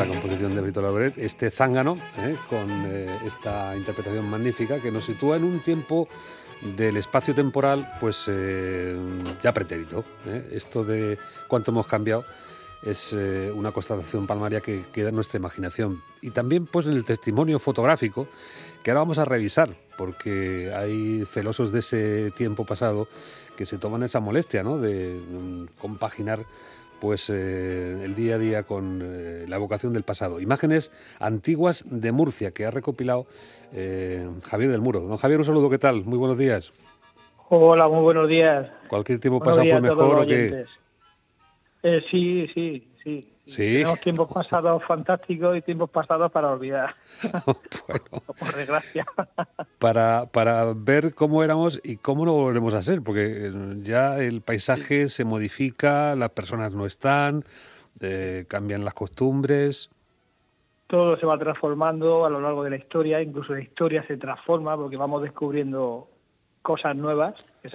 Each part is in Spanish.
composición de Bertolt Brecht, este zángano, con esta interpretación magnífica que nos sitúa en un tiempo del espacio temporal, pues ya pretérito. Esto de cuánto hemos cambiado es una constatación palmaria que queda en nuestra imaginación. Y también pues en el testimonio fotográfico, que ahora vamos a revisar, porque hay celosos de ese tiempo pasado que se toman esa molestia, ¿no?, de compaginar pues el día a día con la evocación del pasado. Imágenes antiguas de Murcia, que ha recopilado Javier del Muro. Don Javier, un saludo, ¿qué tal? Muy buenos días. Hola, muy buenos días. ¿Cualquier tiempo pasado fue mejor o qué? Sí. Tenemos tiempos pasados fantásticos y tiempos pasados para olvidar. Bueno, por desgracia. Para ver cómo éramos y cómo no volveremos a ser, porque ya el paisaje se modifica, las personas no están, cambian las costumbres. Todo se va transformando a lo largo de la historia, incluso la historia se transforma porque vamos descubriendo cosas nuevas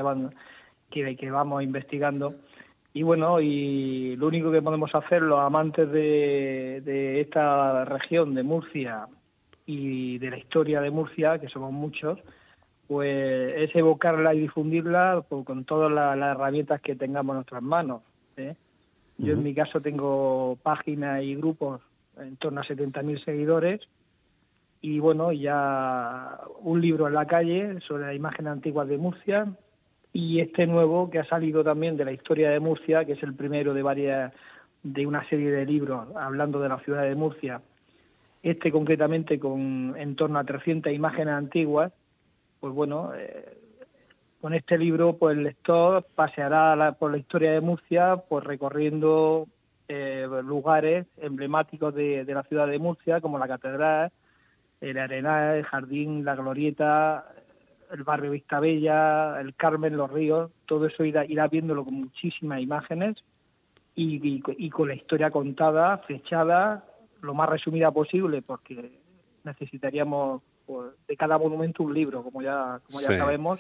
que vamos investigando. Y bueno, y lo único que podemos hacer los amantes de esta región de Murcia y de la historia de Murcia, que somos muchos, pues es evocarla y difundirla con todas las herramientas que tengamos en nuestras manos. Yo en mi caso tengo páginas y grupos en torno a 70.000 seguidores y bueno, ya un libro en la calle sobre las imágenes antiguas de Murcia. Y este nuevo que ha salido también de la historia de Murcia, que es el primero de una serie de libros hablando de la ciudad de Murcia, este concretamente con en torno a 300 imágenes antiguas, pues bueno, con este libro pues el lector paseará por la historia de Murcia, pues recorriendo lugares emblemáticos de la ciudad de Murcia, como la Catedral, el Arenal, el Jardín, la Glorieta, el barrio Vistabella, el Carmen, los ríos, todo eso irá viéndolo con muchísimas imágenes y con la historia contada, fechada, lo más resumida posible, porque necesitaríamos pues, de cada monumento un libro, como ya sabemos.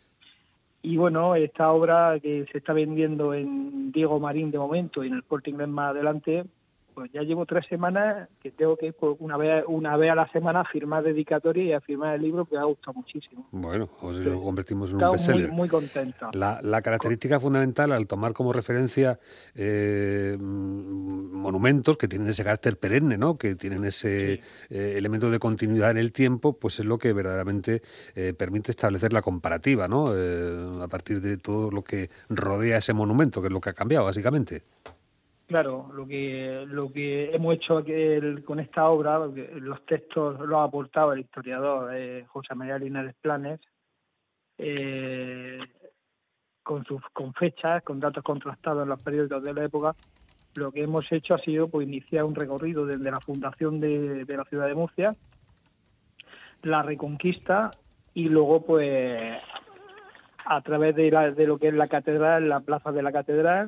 Y bueno, esta obra que se está vendiendo en Diego Marín de momento y en el Corte Inglés más adelante, pues ya llevo 3 semanas que tengo que ir pues, una vez a la semana a firmar dedicatoria y a firmar el libro, que me ha gustado muchísimo. Bueno, pues lo convertimos en un bestseller. Muy contento. La característica fundamental al tomar como referencia monumentos que tienen ese carácter perenne, ¿no?, que tienen ese elemento de continuidad en el tiempo, pues es lo que verdaderamente permite establecer la comparativa, ¿no?, a partir de todo lo que rodea ese monumento, que es lo que ha cambiado, básicamente. Claro, lo que hemos hecho con esta obra, los textos los ha aportado el historiador José María Linares Planes, con fechas, con datos contrastados en los periódicos de la época. Lo que hemos hecho ha sido pues iniciar un recorrido desde la fundación de la ciudad de Murcia, la reconquista y luego pues a través de lo que es la catedral, la plaza de la catedral.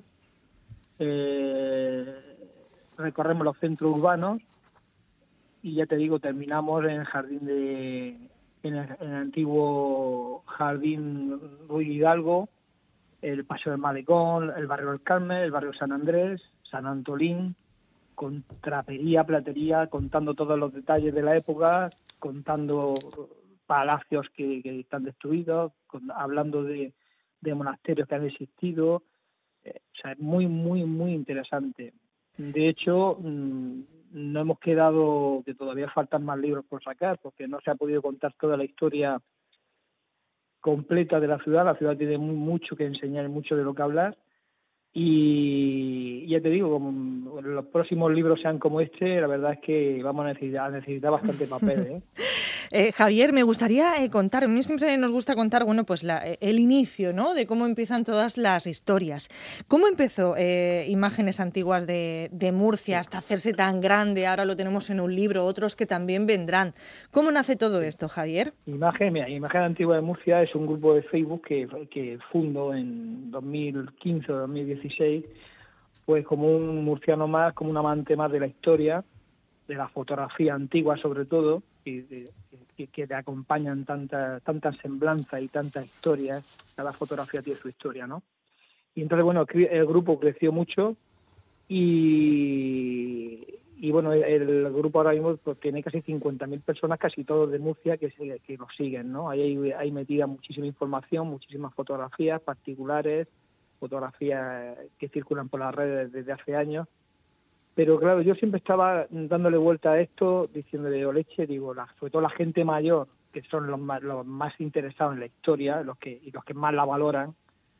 Recorremos los centros urbanos y ya te digo, terminamos en el jardín en el antiguo jardín Ruy Hidalgo, el Paseo del Malecón, el barrio del Carmen, el barrio San Andrés, San Antolín, con trapería, platería, contando todos los detalles de la época, contando palacios que están destruidos, hablando de monasterios que han existido. O sea, es muy, muy, muy interesante. De hecho, no hemos quedado, que todavía faltan más libros por sacar, porque no se ha podido contar toda la historia completa de la ciudad. La ciudad tiene mucho que enseñar, mucho de lo que hablar. Y ya te digo, como los próximos libros sean como este, la verdad es que vamos a necesitar bastante papel, Javier, me gustaría contar, a mí siempre nos gusta contar, bueno, pues el inicio, ¿no?, de cómo empiezan todas las historias. ¿Cómo empezó Imágenes Antiguas de Murcia hasta hacerse tan grande? Ahora lo tenemos en un libro, otros que también vendrán. ¿Cómo nace todo esto, Javier? Imagen Antigua de Murcia es un grupo de Facebook que fundo en 2015 o 2016, pues como un murciano más, como un amante más de la historia, de la fotografía antigua sobre todo, que te acompañan tantas semblanzas y tantas historias. Cada fotografía tiene su historia, ¿no? Y entonces, bueno, el grupo creció mucho y bueno, el grupo ahora mismo pues, tiene casi 50.000 personas, casi todos de Murcia, que nos siguen, ¿no? Ahí hay metida muchísima información, muchísimas fotografías particulares, fotografías que circulan por las redes desde hace años. Pero claro, yo siempre estaba dándole vuelta a esto, diciéndole, Oleche, digo, sobre todo la gente mayor, que son los más interesados en la historia, los que más la valoran,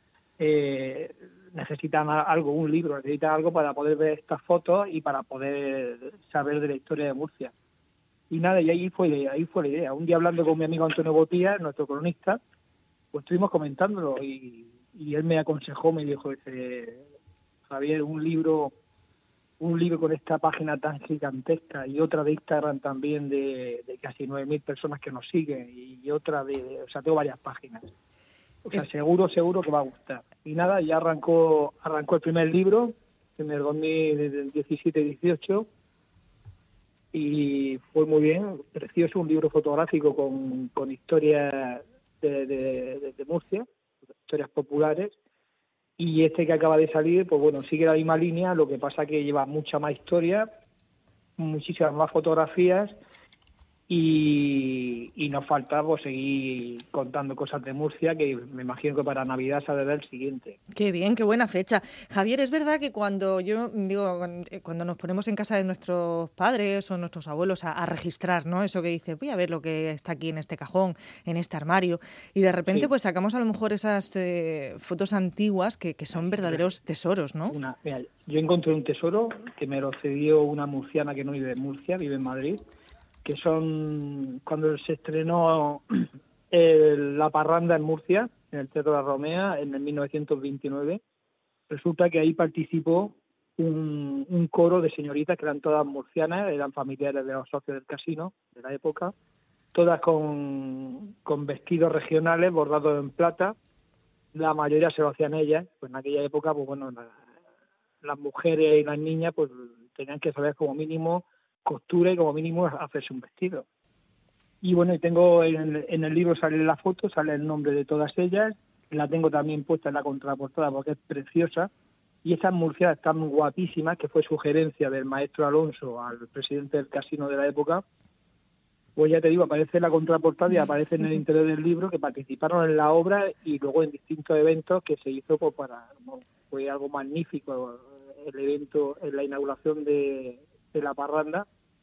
necesitan algo, un libro, necesitan algo para poder ver estas fotos y para poder saber de la historia de Murcia. Y nada, y ahí fue la idea. Un día hablando con mi amigo Antonio Botía, nuestro cronista, pues estuvimos comentándolo y él me aconsejó, me dijo, Javier, un libro con esta página tan gigantesca y otra de Instagram también de casi 9.000 personas que nos siguen y otra o sea, tengo varias páginas. O sea, seguro que va a gustar. Y nada, ya arrancó el primer libro en el 2017-18 y fue muy bien, precioso, un libro fotográfico con historias de Murcia, historias populares. Y este que acaba de salir, pues bueno, sigue la misma línea, lo que pasa que lleva mucha más historia, muchísimas más fotografías y nos falta pues, seguir contando cosas de Murcia, que me imagino que para Navidad saldrá el siguiente. Qué bien, qué buena fecha. Javier, es verdad que cuando nos ponemos en casa de nuestros padres o nuestros abuelos a registrar, ¿no? Eso que dice, voy a ver lo que está aquí en este cajón, en este armario, y de repente Sí. pues sacamos a lo mejor esas fotos antiguas que son verdaderos tesoros, ¿no? Mira, yo encontré un tesoro que me lo cedió una murciana que no vive en Murcia, vive en Madrid, que son cuando se estrenó La Parranda en Murcia, en el Teatro de la Romea, en el 1929. Resulta que ahí participó un coro de señoritas que eran todas murcianas, eran familiares de los socios del casino de la época, todas con vestidos regionales bordados en plata. La mayoría se lo hacían ellas, pues en aquella época, pues bueno, las mujeres y las niñas pues tenían que saber como mínimo costura y como mínimo hacerse un vestido. Y bueno, y tengo en el libro sale la foto, sale el nombre de todas ellas, la tengo también puesta en la contraportada porque es preciosa, y esas murcianas están guapísimas, que fue sugerencia del maestro Alonso al presidente del casino de la época. Pues ya te digo, aparece en la contraportada y aparece en el interior del libro que participaron en la obra y luego en distintos eventos que se hizo pues, fue algo magnífico el evento en la inauguración de La Parranda.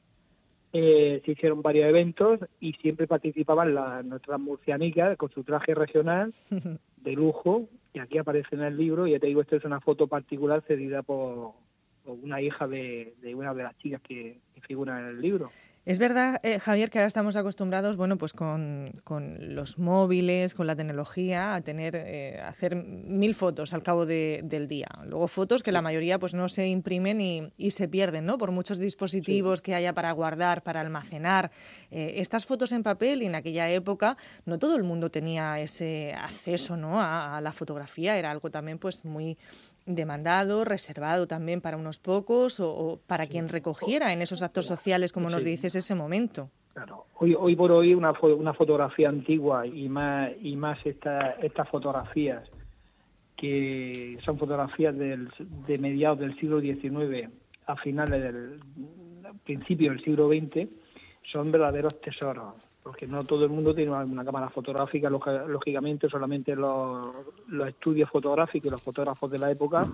Se hicieron varios eventos y siempre participaban nuestras murcianicas con su traje regional de lujo, y aquí aparece en el libro. Y ya te digo, esto es una foto particular cedida por una hija de una de las chicas que figuran en el libro. Es verdad, Javier, que ahora estamos acostumbrados, bueno, pues con los móviles, con la tecnología, a hacer 1000 fotos al cabo del día. Luego fotos que la mayoría pues no se imprimen y se pierden, ¿no? Por muchos dispositivos que haya para guardar, para almacenar. Estas fotos en papel, y en aquella época no todo el mundo tenía ese acceso, ¿no? a la fotografía. Era algo también pues muy demandado, reservado también para unos pocos o para quien recogiera en esos actos sociales, como nos dices, ese momento. Claro, hoy por hoy una fotografía antigua y más estas fotografías que son fotografías de mediados del siglo XIX a finales principio del siglo XX, son verdaderos tesoros, porque no todo el mundo tiene una cámara fotográfica, lógicamente solamente los estudios fotográficos y los fotógrafos de la época.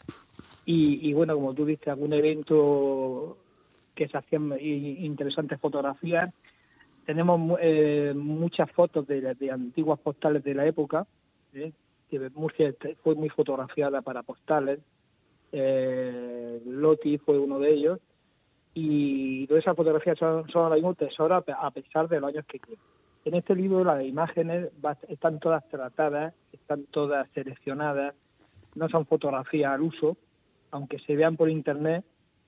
Y bueno, como tú dices, algún evento que se hacían interesantes fotografías. Tenemos muchas fotos de antiguas postales de la época, que Murcia fue muy fotografiada para postales. Loti fue uno de ellos. Y todas esas fotografías son ahora mismo tesoros a pesar de los años que tienen. En este libro las imágenes están todas tratadas, están todas seleccionadas, no son fotografías al uso, aunque se vean por internet.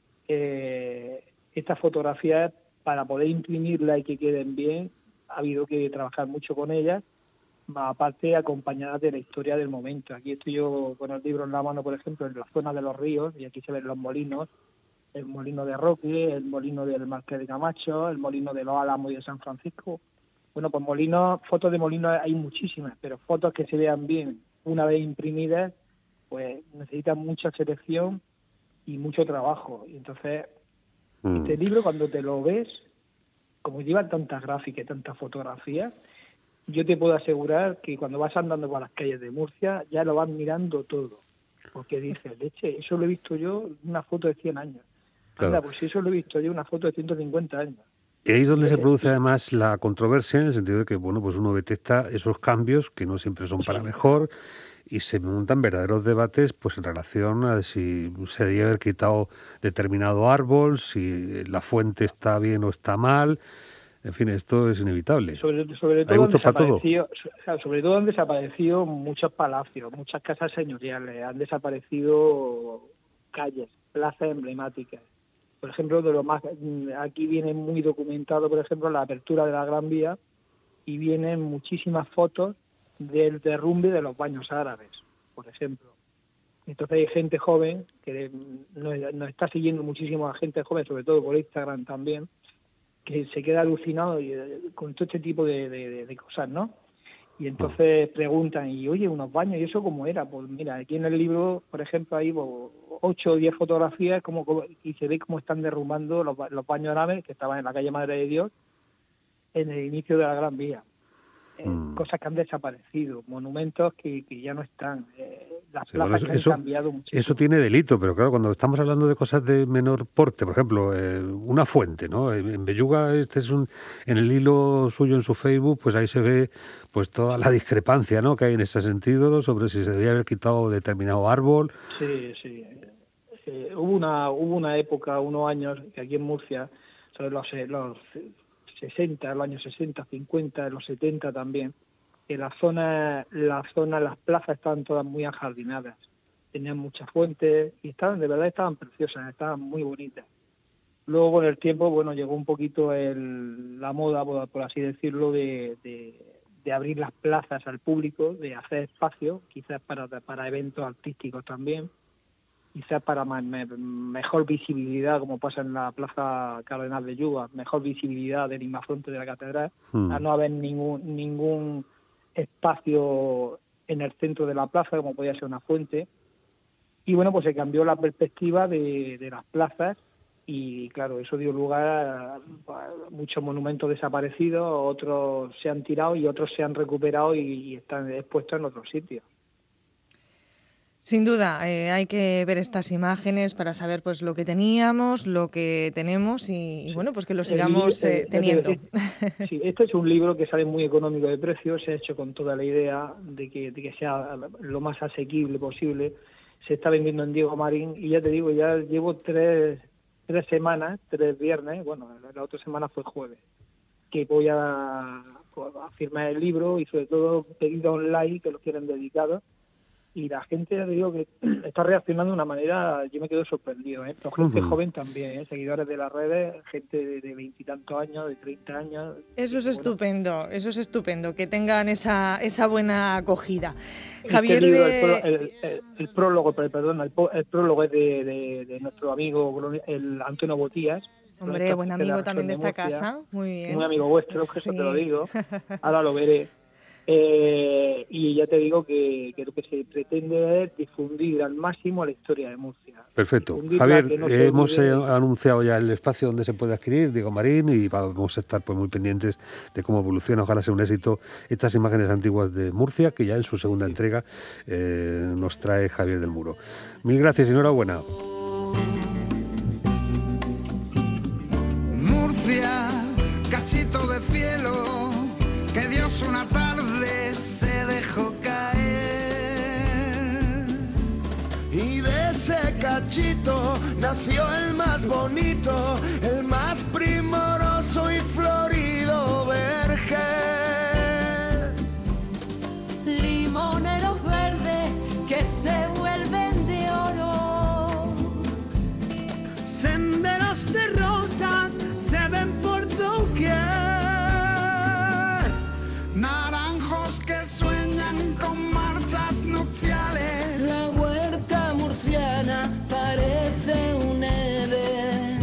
Estas fotografías, para poder imprimirlas y que queden bien, ha habido que trabajar mucho con ellas, aparte acompañadas de la historia del momento. Aquí estoy yo con el libro en la mano, por ejemplo, en la zona de los ríos, y aquí se ven los molinos, el molino de Roque, el molino del Marqués de Camacho, el molino de Los Álamos y de San Francisco. Bueno, pues fotos de molinos hay muchísimas, pero fotos que se vean bien una vez imprimidas, pues necesitan mucha selección y mucho trabajo. Y entonces Este libro, cuando te lo ves, como lleva tantas gráficas y tantas fotografías, yo te puedo asegurar que cuando vas andando por las calles de Murcia ya lo vas mirando todo. Porque dices, leche, eso lo he visto yo en una foto de 100 años. Anda, pues eso lo he visto yo en una foto de 150 años. Y ahí es donde se produce además la controversia, en el sentido de que, bueno, pues uno detecta esos cambios que no siempre son para mejor, y se montan verdaderos debates pues en relación a si se debe haber quitado determinado árbol, si la fuente está bien o está mal. En fin, esto es inevitable. Sobre todo han desaparecido muchos palacios, muchas casas señoriales, han desaparecido calles, plazas emblemáticas. Por ejemplo, aquí viene muy documentado, por ejemplo, la apertura de la Gran Vía, y vienen muchísimas fotos del derrumbe de los baños árabes, por ejemplo. Entonces hay gente joven que nos está siguiendo muchísimo, a gente joven, sobre todo por Instagram también, que se queda alucinado con todo este tipo de cosas, ¿no? Y entonces preguntan, y oye, unos baños, ¿y eso cómo era? Pues mira, aquí en el libro, por ejemplo, hay 8 o 10 fotografías y se ve cómo están derrumbando los baños árabes que estaban en la calle Madre de Dios en el inicio de la Gran Vía. Cosas que han desaparecido, monumentos que ya no están, las plazas que han cambiado muchísimo. Eso tiene delito, pero claro, cuando estamos hablando de cosas de menor porte, por ejemplo, una fuente, ¿no? En Belluga, en el hilo suyo en su Facebook, pues ahí se ve pues toda la discrepancia, ¿no?, que hay en ese sentido, sobre si se debería haber quitado determinado árbol. Sí. Hubo una época, unos años, que aquí en Murcia, sobre los 60, los años 60, 50, los 70 también, que las plazas estaban todas muy ajardinadas, tenían muchas fuentes y de verdad estaban preciosas, estaban muy bonitas. Luego con el tiempo, bueno, llegó un poquito la moda, por así decirlo, de abrir las plazas al público, de hacer espacio, quizás para eventos artísticos también, quizás para mejor visibilidad, como pasa en la Plaza Cardenal de Belluga, mejor visibilidad del imafronte de la catedral, a no haber ningún espacio en el centro de la plaza, como podía ser una fuente. Y bueno, pues se cambió la perspectiva de las plazas y claro, eso dio lugar a muchos monumentos desaparecidos, otros se han tirado y otros se han recuperado y están expuestos en otros sitios. Sin duda, hay que ver estas imágenes para saber pues lo que teníamos, lo que tenemos y bueno, pues que lo sigamos teniendo. Sí, este es un libro que sale muy económico de precio, se ha hecho con toda la idea de que sea lo más asequible posible. Se está vendiendo en Diego Marín y ya te digo, ya llevo tres semanas, 3 viernes, bueno, la otra semana fue jueves, que voy a firmar el libro y sobre todo pedido online que lo quieren dedicados. Y la gente, ya te digo, que está reaccionando de una manera, yo me quedo sorprendido, ¿eh? Pero gente joven también, seguidores de las redes, gente de 20 y tantos años, de 30 años. Eso es estupendo, que tengan esa buena acogida. Javier, libro, el prólogo es de nuestro amigo el Antonio Botías. Hombre, buen amigo también de esta casa, muy bien. Un amigo vuestro, que sí. Eso te lo digo, ahora lo veré. Y ya te digo que lo que se pretende es difundir al máximo la historia de Murcia. Perfecto. Javier, hemos anunciado ya el espacio donde se puede adquirir, Diego Marín, y vamos a estar pues muy pendientes de cómo evoluciona. Ojalá sea un éxito estas imágenes antiguas de Murcia, que ya en su segunda entrega nos trae Javier del Muro. Mil gracias y enhorabuena. Murcia, cachito de cielo, que Dios una tarde se dejó caer y de ese cachito nació el más bonito, el más primoroso y florido vergel. Limoneros verdes que se vuelven de oro, senderos de rosas se ven por doquier. Naranjos que sueñan con marchas nupciales. La huerta murciana parece un Edén.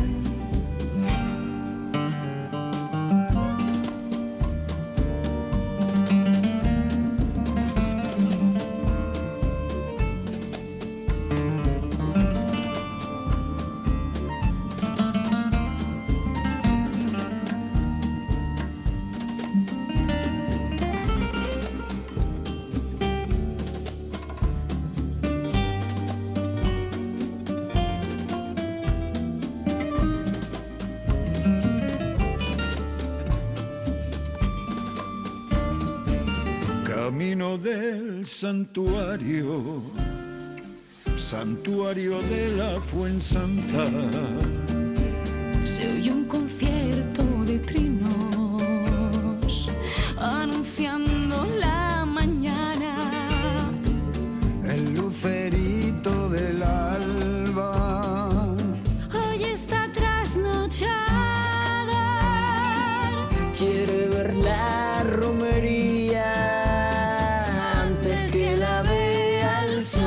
del santuario, santuario de la Fuensanta. Se oye un concierto de trinos anunciando la mañana. El lucerito del alba Hoy está trasnochada. Quiere ver la romería antes que la vea el sol.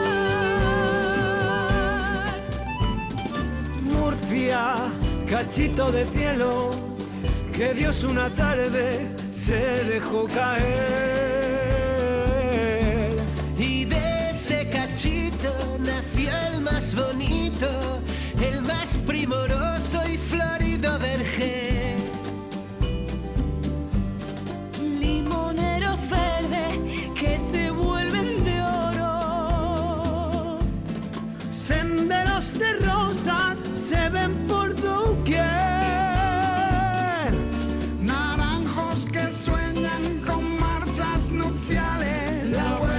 Murcia, cachito de cielo, que Dios una tarde se dejó caer. Y de ese cachito nació el más bonito, el más primoroso y florido vergel. Limoneros verdes que se vuelven de oro. Senderos de rosas se ven por doquier. Naranjos que sueñan con marchas nupciales. La